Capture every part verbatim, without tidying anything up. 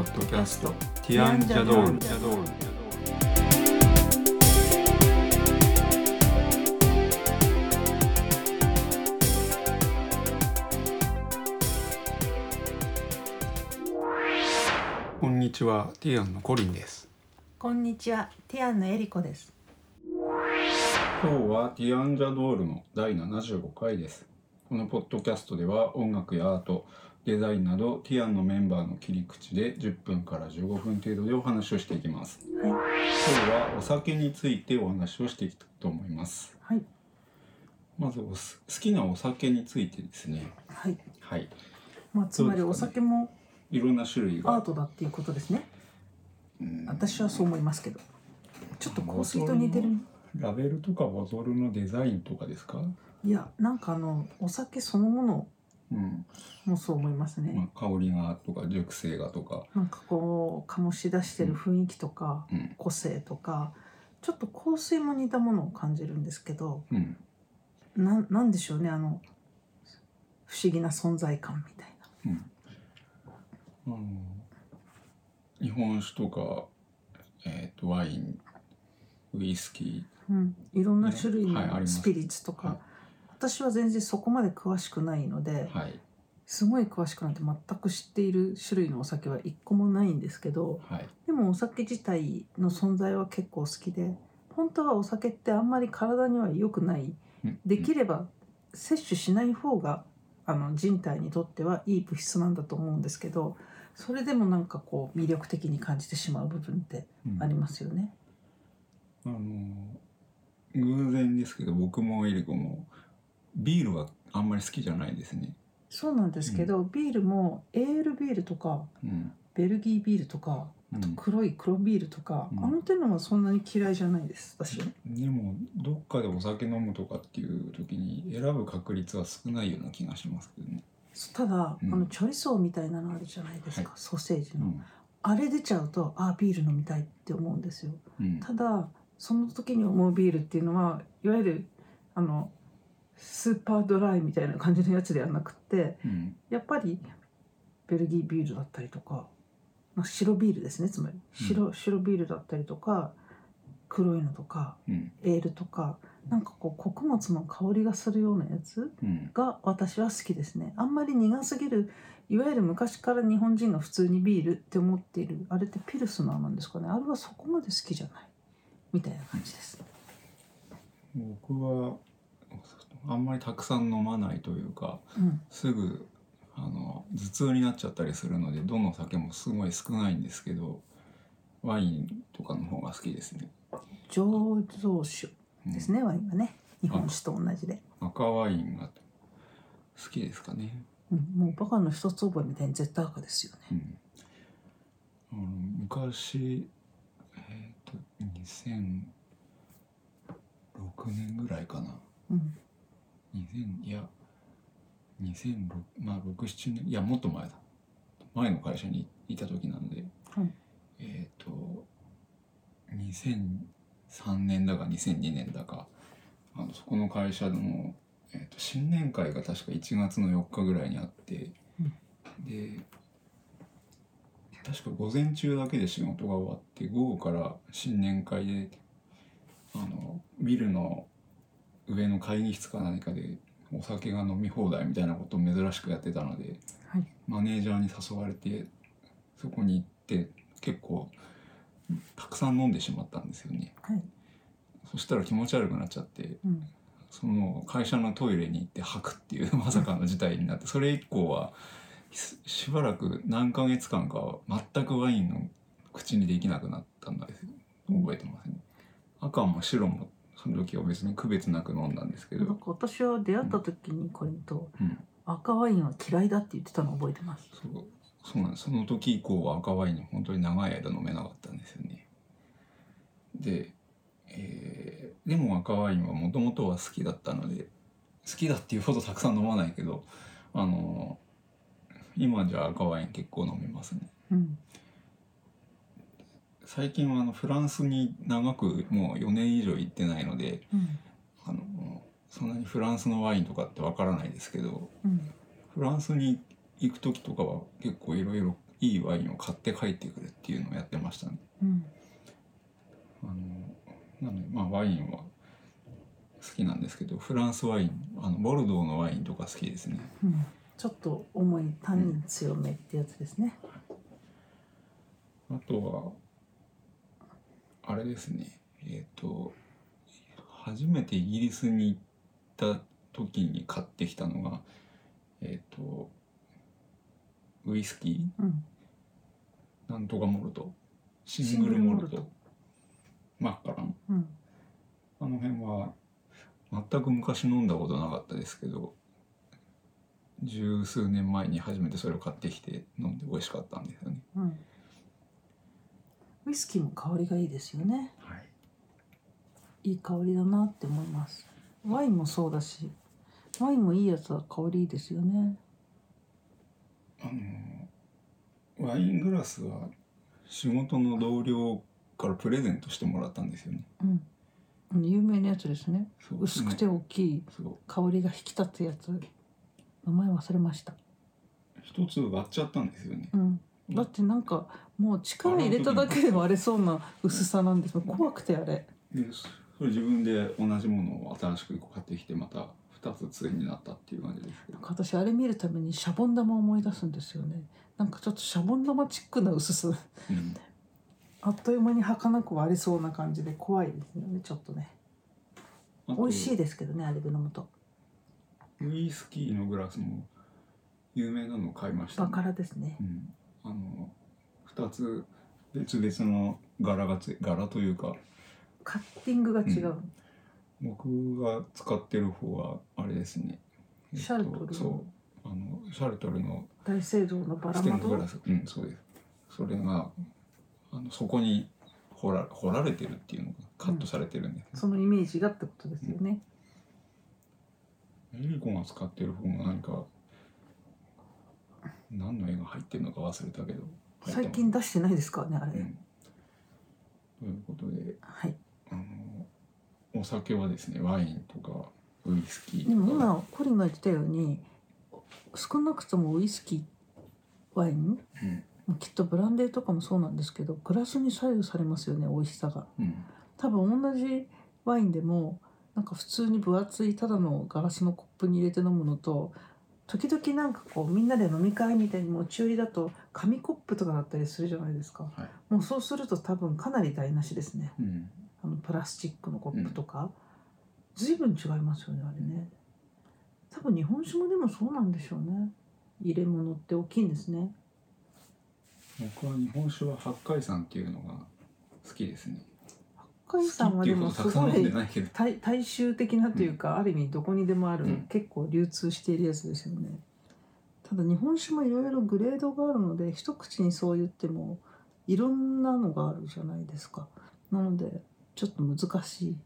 ッドキャストティアンジャドール。こんにちは、ティアンのコリンです。 こんにちは、ティアンのエリコです。 今日はティアンジャドールのだいななじゅうごかいです。このポッドキャストでは音楽やアート、デザインなどティアンのメンバーの切り口でじゅっぷんからじゅうごふん程度でお話をしていきます。はい、今日はお酒についてお話をしていきたいと思います。 はい、 まずお好きなお酒についてですね。 はい、 はい、 まあ、つまりお酒もいろんな種類がアートだっていうことですね。うん私はそう思いますけど、ちょっと香水と似てる。 ラベルとかボトルのデザインとかですか？ いや、なんかあのお酒そのものもそう思いますね。 まあ、香りがとか熟成がとか、 なんかこう醸し出してる雰囲気とか、うん、個性とか、ちょっと香水も似たものを感じるんですけど、うん、な, なんでしょうね、あの不思議な存在感みたいな。 うん、あの日本酒とか、えー、とワイン、ウイスキー、うん、いろんな種類のスピリッツとか、はい、私は全然そこまで詳しくないので、はい、すごい詳しくなんて全く知っている種類のお酒は一個もないんですけど、はい、でもお酒自体の存在は結構好きで、本当はお酒ってあんまり体には良くない、うん、できれば摂取しない方があの人体にとってはいい物質なんだと思うんですけど、それでもなんかこう魅力的に感じてしまう部分ってありますよね。 うん、あの偶然ですけど、僕もエリコもビールはあんまり好きじゃないですね。 そうなんですけど、うん、ビールもエールビールとか、うん、ベルギービールとか、あと黒い黒ビールとか、うん、あの手のはそんなに嫌いじゃないです私は。 でもどっかでお酒飲むとかっていう時に選ぶ確率は少ないような気がしますけどね。 ただ、うん、あのチョリソーみたいなのあるじゃないですか、はい、ソーセージの、うん、あれ出ちゃうとあビール飲みたいって思うんですよ、うん、ただその時に思うビールっていうのはいわゆるあのスーパードライみたいな感じのやつではなくて、うん、やっぱりベルギービールだったりとか、まあ、白ビールですね、つまり 白,、うん、白ビールだったりとか黒いのとか、うん、エールとか、なんかこう穀物の香りがするようなやつが私は好きですね。あんまり苦すぎる、いわゆる昔から日本人が普通にビールって思っているあれってピルスナーなんですかね。あれはそこまで好きじゃないみたいな感じです。 僕はあんまりたくさん飲まないというか、うん、すぐあの頭痛になっちゃったりするので、どの酒もすごい少ないんですけど、ワインとかの方が好きですね。 醸造酒ですね、うん、ワインはね、日本酒と同じで。 赤ワインが好きですかね。 うん、もうバカの一つ覚えみたいに絶対赤ですよね。うん、 あの昔、えー、とにせんろくねんぐらいかな。うん、にせんいやにせんろくまあろく、ななねんいやもっと前だ。前の会社にいた時なんで、はい、えっ、ー、とにせんさんねんだかにせんにねんだか、あのそこの会社の、えー、と新年会が確かいちがつのよっかぐらいにあって、うん、で確か午前中だけで仕事が終わって、午後から新年会であのビルの上の会議室か何かでお酒が飲み放題みたいなことを珍しくやってたので、はい、マネージャーに誘われてそこに行って結構たくさん飲んでしまったんですよね、はい、そしたら気持ち悪くなっちゃって、うん、その会社のトイレに行って吐くっていうまさかの事態になって、それ以降はしばらく何ヶ月間か全くワインの口にできなくなったんですよ。覚えてますね。赤も白もその時は別に区別なく飲んだんですけど、 なんか私は出会った時にこれと、うん、赤ワインは嫌いだって言ってたのを覚えてます。 そうそうなんです。その時以降は赤ワイン本当に長い間飲めなかったんですよね。で、えー、でも赤ワインはもともとは好きだったので、好きだっていうほどたくさん飲まないけど、あの今じゃ赤ワイン結構飲みますね、うん、最近はあのフランスに長くもうよねん以上行ってないので、うん、あのそんなにフランスのワインとかってわからないですけど、うん、フランスに行く時とかは結構いろいろいいワインを買って帰ってくるっていうのをやってましたね。 うん、 あのなのでまあワインは好きなんですけど、フランスワイン、あのボルドーのワインとか好きですね。 うん、ちょっと重いタンニン強めってやつですね。 あとはあれですね、えっと初めてイギリスに行った時に買ってきたのがえっとウイスキー、 うん、 なんとかモルト、シングルモルト、マッカラン、 うん、 あの辺は全く昔飲んだことなかったですけど、十数年前に初めてそれを買ってきて飲んで美味しかったんですよね。 うん、ウイスキーも香りがいいですよね。 はい、 いい香りだなって思います。ワインもそうだし、ワインもいいやつは香りいいですよね。 あのワイングラスは仕事の同僚からプレゼントしてもらったんですよね。 うん、有名なやつですね。 そう薄くて大きい、香りが引き立つやつ。名前忘れました。 一つ割っちゃったんですよね。 うん、だってなんかもう力入れただけで割れそうな薄さなんですよ。怖くてあれ。 でそれ自分で同じものを新しく買ってきてまたふたつ対になったっていう感じですけど。 私あれ見るためにシャボン玉を思い出すんですよね。なんかちょっとシャボン玉チックな薄さ。うん、あっという間に儚く割れそうな感じで怖いですよね、ちょっとね。美味しいですけどね、あれで飲むと。 ウイスキーのグラスも有名なのを買いました、 ね。バカラですね。 うん、あのふたつ別々の柄がつ柄というかカッティングが違う。うん、 僕が使ってる方はあれですね。 えっと、シャルトル。 そうあのシャルトルの大聖堂のバラ窓。 グラス、うん、そうです。それがあのそこに彫ら彫られてるっていうのがカットされてるんです、ね、 うん、そのイメージがってことですよね。 エリコが使ってる方も何か何の絵が入ってるのか忘れたけど最近出してないですからねあれ、 うん、ということで、 はい、 あのお酒はですねワインとかウイスキーとか。 でも今コリンが言ってたように少なくともウイスキーワイン、うん、きっとブランデーとかもそうなんですけどグラスに左右されますよね、美味しさが、うん、多分同じワインでもなんか普通に分厚いただのガラスのコップに入れて飲むのと時々なんかこうみんなで飲み会みたいに持ち寄りだと紙コップとかだったりするじゃないですか、はい、もうそうすると多分かなり台無しですね、うん、あのプラスチックのコップとか、うん、随分違いますよねあれね。多分日本酒もでもそうなんでしょうね。入れ物って大きいんですね。 僕は日本酒は八海山っていうのが好きですね。 八海山はでもすごい大大衆的なというか、うん、ある意味どこにでもある、うん、結構流通しているやつですよね。ただ日本酒もいろいろグレードがあるので一口にそう言ってもいろんなのがあるじゃないですか。なのでちょっと難しい。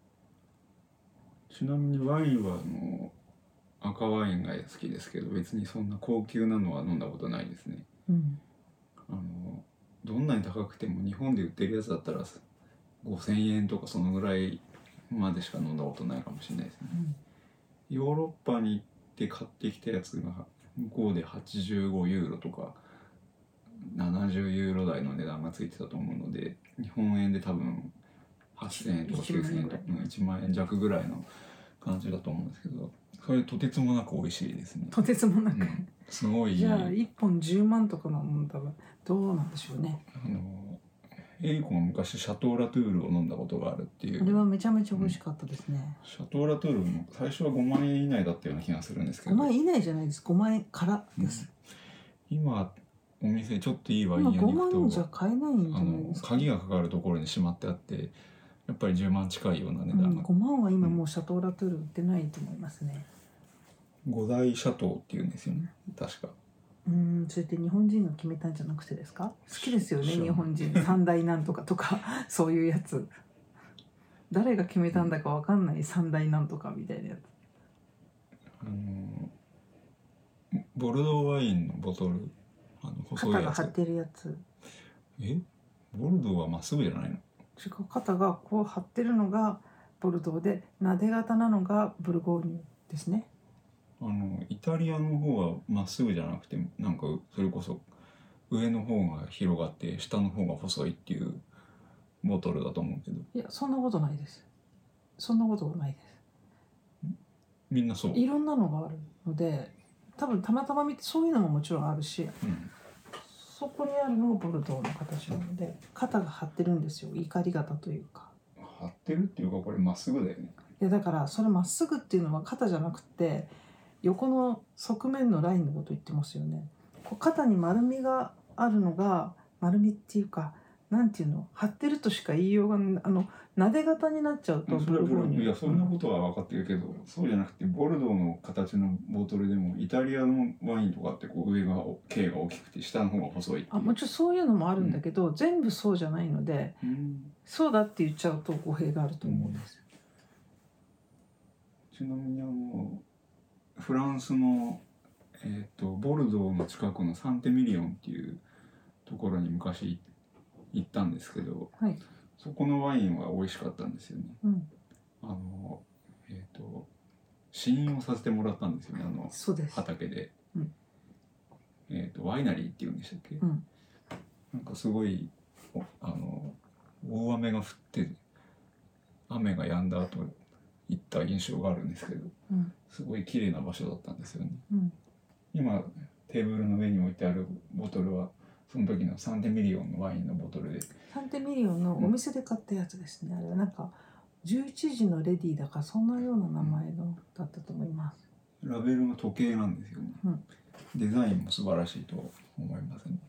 ちなみにワインはあの赤ワインが好きですけど別にそんな高級なのは飲んだことないですね、うん、あのどんなに高くても日本で売ってるやつだったらごせんえんとかそのぐらいまでしか飲んだことないかもしれないですね、うん、ヨーロッパに行って買ってきたやつが向こうではちじゅうごユーロとかななじゅうユーロ台の値段がついてたと思うので日本円で多分はっせんえんとかきゅうせんえんとかいちまんえん弱ぐらいの感じだと思うんですけどそれとてつもなく美味しいですね。 とてつもなく、うん、 すごい。 じゃあいっぽんじゅうまんとかのものだらどうなんでしょうね。 あのエリコが昔シャトーラトゥールを飲んだことがあるっていう。 あれはめちゃめちゃ美味しかったですね、 うん、シャトーラトゥールも最初はごまんえん以内だったような気がするんですけどごまんえん以内じゃないです。ごまんえんからです、 うん、今お店ちょっといいワイン屋に行くとごまんじゃ買えないんじゃないですか。 鍵がかかるところにしまってあってやっぱりじゅうまん近いような値段が、うん、 ごまんは今もうシャトーラトゥール売ってないと思いますね。 五大シャトーっていうんですよね確か。 うんそれって日本人が決めたんじゃなくてですか。好きですよね日本人三大なんとかとかそういうやつ誰が決めたんだか分かんない三大なんとかみたいなやつ。 あのボルドーワインのボトルあの細いやつ肩が張ってるやつ。 えボルドーはまっすぐじゃないの。 違う肩がこう張ってるのがボルドーでなで型なのがブルゴーニュですね。 あのイタリアの方はまっすぐじゃなくてなんかそれこそ上の方が広がって下の方が細いっていうボトルだと思うけど。 いやそんなことないです。そんなことはないです。 みんなそう。 いろんなのがあるので、多分たまたま見てそういうのももちろんあるし、 うん、 そこにあるのがボルドーの形なので、肩が張ってるんですよ。怒り型というか。 張ってるっていうかこれまっすぐだよね。 いやだからそれまっすぐっていうのは肩じゃなくて横の側面のラインのこと言ってますよね。こう肩に丸みがあるのが丸みっていうかなんていうの張ってるとしか言いようがあの撫で型になっちゃうとそれはボルいやそんなことは分かってるけど、そうじゃなくてボルドーの形のボトルでもイタリアのワインとかってこう上が径が大きくて下の方が細いっていう。 あもちろんそういうのもあるんだけど、うん、全部そうじゃないので、うん、そうだって言っちゃうと語弊があると思うんです。 ちなみにあのフランスの、えー、とボルドーの近くのサンテミリオンっていうところに昔行ったんですけど、はい、そこのワインは美味しかったんですよね。うん、あのえっ、ー、と試飲をさせてもらったんですよね、あのそうです畑で、 うん、 えっ、ー、とワイナリーっていうんでしたっけ、うん、なんかすごいあの大雨が降って雨が止んだ後行った印象があるんですけど、うん、すごい綺麗な場所だったんですよね。うん、今テーブルの上に置いてあるボトルはその時のサンテミリオンのワインのボトルで。 サンテミリオンのお店で買ったやつですね、うん、あれはなんかじゅういちじのレディーだからそんなような名前のだったと思います。 ラベルが時計なんですよね、うん、デザインも素晴らしいと思いますね。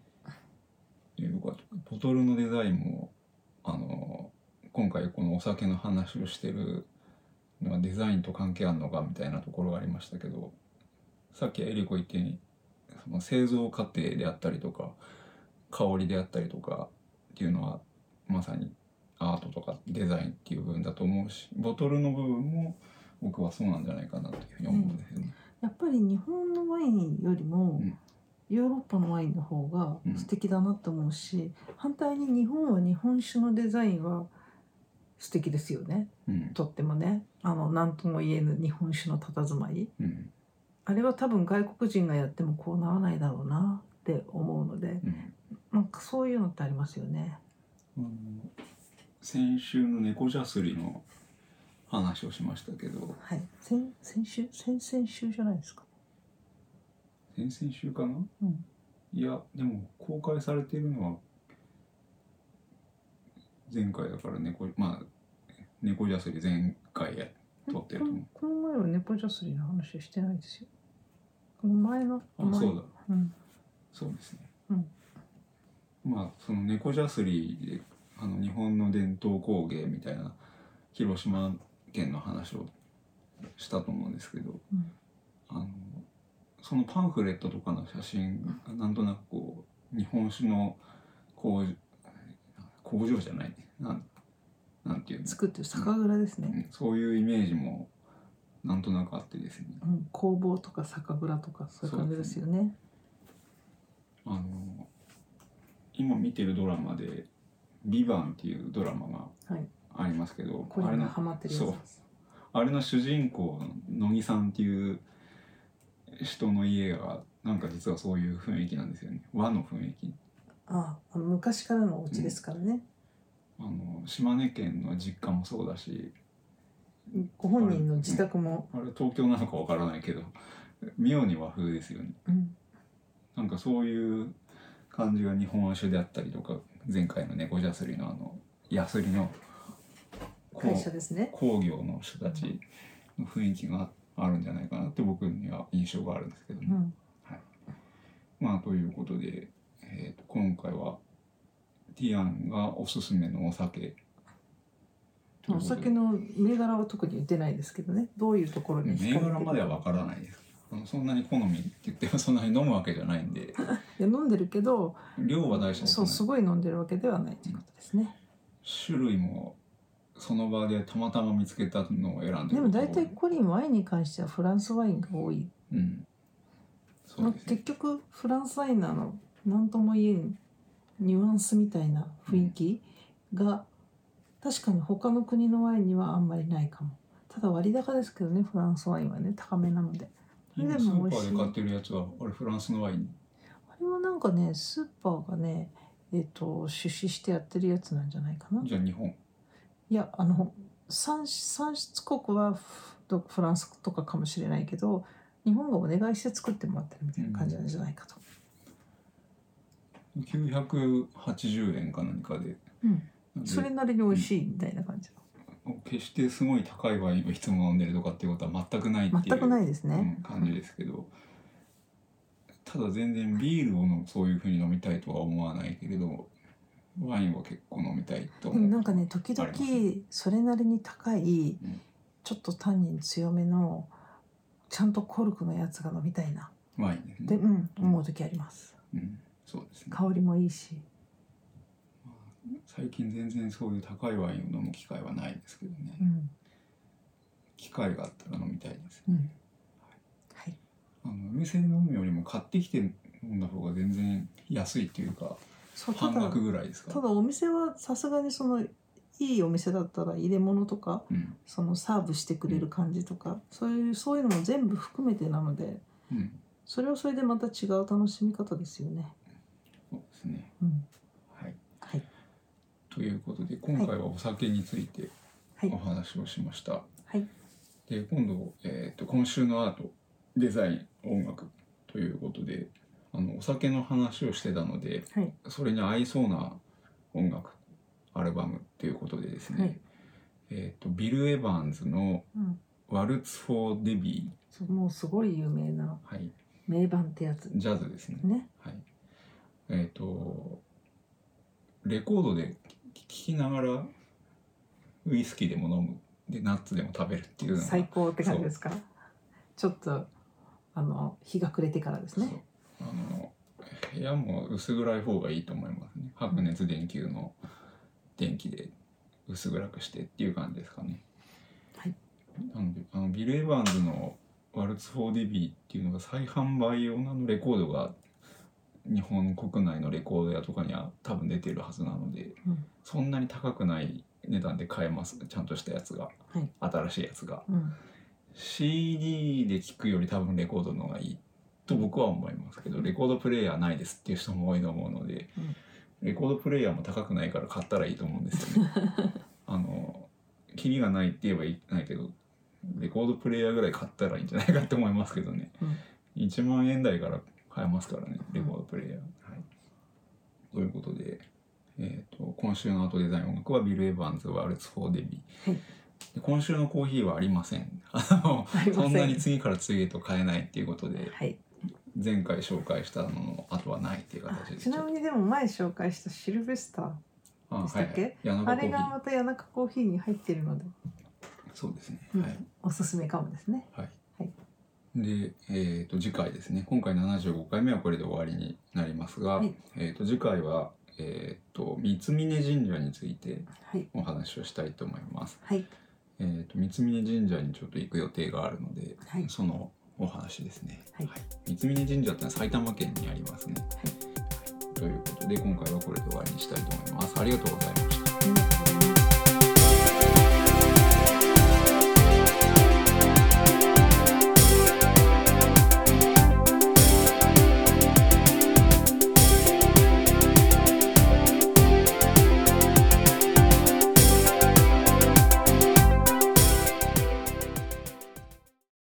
ボトルのデザインもあの今回このお酒の話をしてるのはデザインと関係あるのかみたいなところがありましたけど、さっきエリコ言ったようにその製造過程であったりとか香りであったりとかっていうのはまさにアートとかデザインっていう部分だと思うし、ボトルの部分も僕はそうなんじゃないかなというふうに思うんですよね、 うん、やっぱり日本のワインよりも、うん、ヨーロッパのワインの方が素敵だなと思うし、うん、反対に日本は日本酒のデザインは素敵ですよね、うん、とってもねあの何とも言えぬ日本酒の佇まい、うん、あれは多分外国人がやってもこうならないだろうなって思うので、うん、なんかそういうのってありますよね。 うん、先週の猫じゃすりの話をしましたけど、 はい、先先週先々週じゃないですか。 先々週かな、うん、いやでも公開されているのは前回だから猫まあ猫じゃすり前回や撮ってると思う。 この前は猫じゃすりの話してないですよ。この前のあそうだ、うん、そうですね、うん、まあその猫じゃすりであの日本の伝統工芸みたいな広島県の話をしたと思うんですけど、うん、あのそのパンフレットとかの写真がなんとなくこう日本酒の工工場じゃないねなんなんていうの作ってる酒蔵ですね、 うん、そういうイメージもなんとなくあってですね、 うん、工房とか酒蔵とかそういう感じですよね。 あの今見てるドラマで「ビバンっていうドラマがありますけど、 はい、あれのハマってるやつです。 あれの主人公の乃木さんっていう人の家がなんか実はそういう雰囲気なんですよね。和の雰囲気。 ああ、昔からのお家ですからね、 うん、あの島根県の実家もそうだしご本人の自宅もあれ、あれ東京なのかわからないけど妙に和風ですよね、うん、なんかそういう感じが日本酒であったりとか前回の猫じゃすりのあのやすりの会社ですね工業の人たちの雰囲気があるんじゃないかなって僕には印象があるんですけどね、うんはい、まあということで、えー、と今回はティアンがおすすめのお酒お酒の銘柄は特に言ってないですけどね、どういうところに銘柄までは分からないです。そんなに好みって言ってもそんなに飲むわけじゃないんでいや飲んでるけど量は大事。 そうすごい飲んでるわけではないということですね、 種類もその場でたまたま見つけたのを選んでる。 でも大体コリンワインに関してはフランスワインが多い、うんそうですね、結局フランスワインのあの何とも言えんニュアンスみたいな雰囲気が、うん、確かに他の国のワインにはあんまりないかも。ただ割高ですけどね、フランスワインはね高めなので。 今スーパーで買ってるやつはあれフランスのワイン。 あれれはなんかねスーパーがねえっ、と出資してやってるやつなんじゃないかな。 じゃあ日本。 いやあの産産出国はフフランスとかかもしれないけど、日本がお願いして作ってもらってるみたいな感じなんじゃないかと。 きゅうひゃくはちじゅうえんか何かで、 うん、それなりに美味しいみたいな感じの、決してすごい高いワインをいつも飲んでるとかっていうことは全くないっていう全くないですね、 うん、感じですけど、ただ全然ビールをのそういうふうに飲みたいとは思わないけれど、ワインは結構飲みたいと思う。 でもなんかね時々それなりに高い、うん、ちょっとタンニン強めのちゃんとコルクのやつが飲みたいなワインですね。 で、うん、思う時あります、 うん、そうですね。 香りもいいし、 最近全然そういう高いワインを飲む機会はないですけどね、 うん、 機会があったら飲みたいですね、 うん、 はい、あのお店で飲むよりも買ってきて飲んだ方が全然安いっていうか、そう半額ぐらいですか。 ただお店はさすがにそのいいお店だったら入れ物とか、うん、そのサーブしてくれる感じとか、うん、そういうそういうのも全部含めてなので、うん、それはそれでまた違う楽しみ方ですよね。 そうですね、 うん、 はい、 はい、 ということで今回はお酒についてお話をしました、はい、で今度、えーと、今週のアートデザイン音楽ということで、あのお酒の話をしてたので、はい、それに合いそうな音楽アルバムっていうことでですね、はい、えーとビル・エヴァンズの「ワルツ・フォー・デビー」 うん、もうすごい有名な名盤ってやつ、 ジャズですね。 ね、 はい、えっ、ー、とレコードで聴きながらウイスキーでも飲むでナッツでも食べるっていうのが最高って感じですか。ちょっとあの日が暮れてからですね。 あの部屋も薄暗い方がいいと思いますね。白熱電球の電気で薄暗くしてっていう感じですかね。 はい、 なのであのビル・エヴァンズの「ワルツ・フォー・デビー」っていうのが再販売用のレコードが日本国内のレコード屋とかには多分出てるはずなので、うん、そんなに高くない値段で買えます。ちゃんとしたやつが、はい、新しいやつが、うん、シーディー で聴くより多分レコードの方がいいと僕は思いますけど、レコードプレイヤーないですっていう人も多いと思うので、うん、レコードプレイヤーも高くないから買ったらいいと思うんですよね。あのキリがないって言えばいないけど、レコードプレイヤーぐらい買ったらいいんじゃないかって思いますけどね、うん、いちまんえん台から買えますからね、レコードプレイヤー、うん、はい、ということで、えー、と今週のアートデザイン音楽はビル・エヴァンズワルツ・フォー・デビー、はい、で今週のコーヒーはありません。あのそんなに次から次へと買えないっていうことで、はい、前回紹介したのの後はないっていう形で。 ちなみにでも前紹介したシルベスターでしたっけ、あ、はいはい、あれがまた谷中コーヒーに入ってるので、 そうですね、 はい、おすすめかもですね。 はい、はい、で、えー、と次回ですね、今回ななじゅうごかいめはこれで終わりになりますが、はい、えー、と次回は、えー、と三峯神社についてお話をしたいと思います。はい、えー、と三峯神社にちょっと行く予定があるので、はい、そのお話ですね。はいはい、三峯神社ってのは埼玉県にありますね。はいはい、ということで今回はこれで終わりにしたいと思います。ありがとうございました。